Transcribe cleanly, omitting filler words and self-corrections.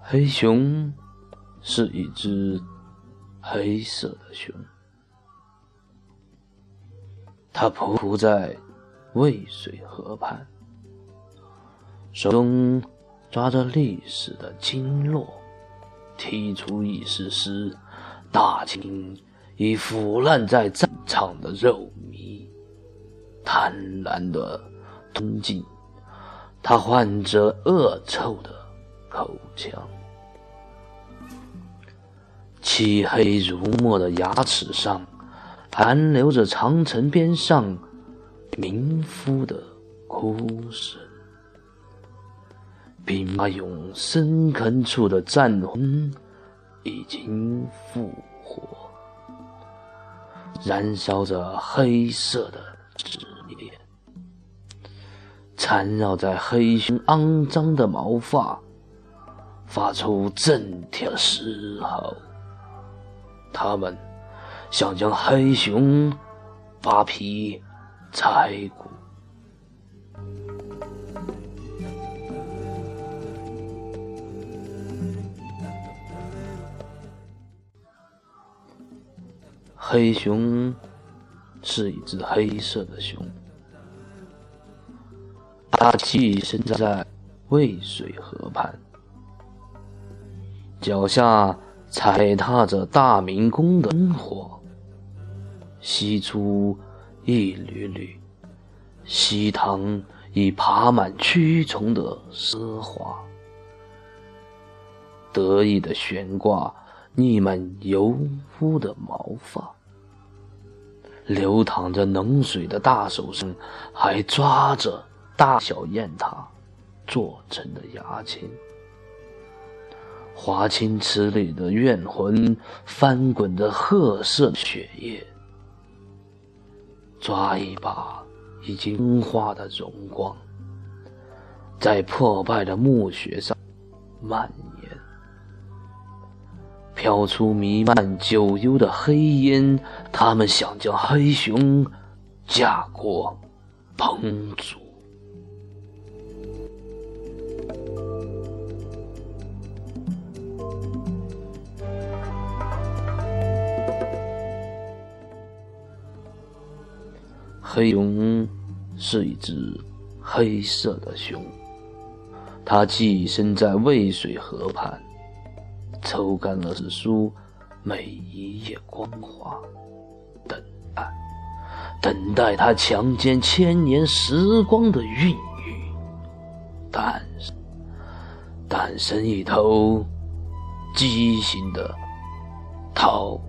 黑熊是一只黑色的熊，它匍在渭水河畔，手中抓着历史的经络，剔出一丝丝大清已腐烂在战场的肉糜，贪婪地吞进它患着恶臭的口腔。漆黑如墨的牙齿上残留着长城边上民夫的哭声，兵马俑深坑处的战魂已经复活，燃烧着黑色的执念，缠绕在黑熊肮脏的毛发，发出震天的嘶吼。他们想将黑熊扒皮拆骨。黑熊是一只黑色的熊，它寄生在渭水河畔，脚下踩踏着大明宫的灯火，吸出一缕缕西塘已爬满蛆虫的奢华，得意地悬挂腻满油污的毛发，流淌着冷水的大手上还抓着大小雁塔做成的牙签。华清池里的怨魂翻滚着褐色的血液，抓一把已经风化的荣光，在破败的墓穴上蔓延，飘出弥漫九幽的黑烟。他们想将黑熊嫁过彭祖。黑熊是一只黑色的熊，它寄生在渭水河畔，抽干了史书每一页光华，等待它强奸千年时光的孕育，诞生一头畸形的桃